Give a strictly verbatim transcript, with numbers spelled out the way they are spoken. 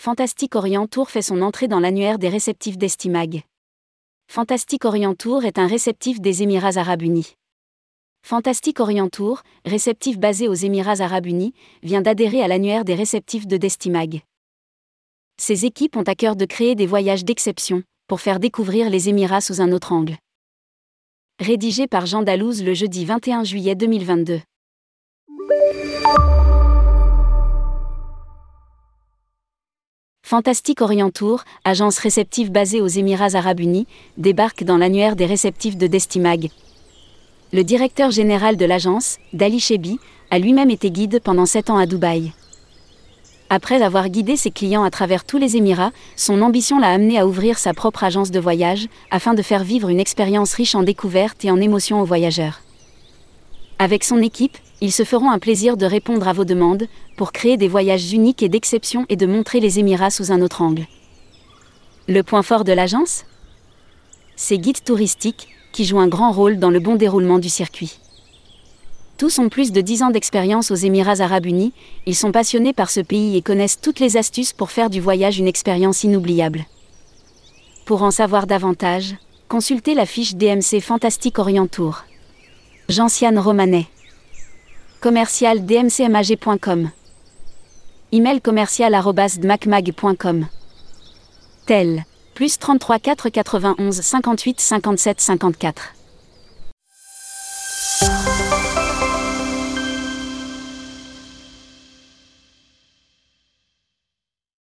Fantastic Orient Tour fait son entrée dans l'annuaire des réceptifs d'Estimag. Fantastic Orient Tour est un réceptif des Émirats Arabes Unis. Fantastic Orient Tour, réceptif basé aux Émirats Arabes Unis, vient d'adhérer à l'annuaire des réceptifs de Destimag. Ces équipes ont à cœur de créer des voyages d'exception, pour faire découvrir les Émirats sous un autre angle. Rédigé par Jean Dalouse le jeudi vingt et un juillet deux mille vingt-deux. Fantastic Orient Tour, agence réceptive basée aux Émirats Arabes Unis, débarque dans l'annuaire des réceptifs de Destimag. Le directeur général de l'agence, Dali Chebi, a lui-même été guide pendant sept ans à Dubaï. Après avoir guidé ses clients à travers tous les Émirats, son ambition l'a amené à ouvrir sa propre agence de voyage, afin de faire vivre une expérience riche en découvertes et en émotions aux voyageurs. Avec son équipe, ils se feront un plaisir de répondre à vos demandes, pour créer des voyages uniques et d'exception et de montrer les Émirats sous un autre angle. Le point fort de l'agence ? Ses guides touristiques, qui jouent un grand rôle dans le bon déroulement du circuit. Tous ont plus de dix ans d'expérience aux Émirats Arabes Unis, ils sont passionnés par ce pays et connaissent toutes les astuces pour faire du voyage une expérience inoubliable. Pour en savoir davantage, consultez la fiche D M C Fantastic Orient Tour. Gentiane Romanet. Commercial d m c mag point com. Email commercial arobase d mac mag point com. Tel, plus trente-trois quatre cent quatre-vingt-onze cinquante-huit cinquante-sept cinquante-quatre.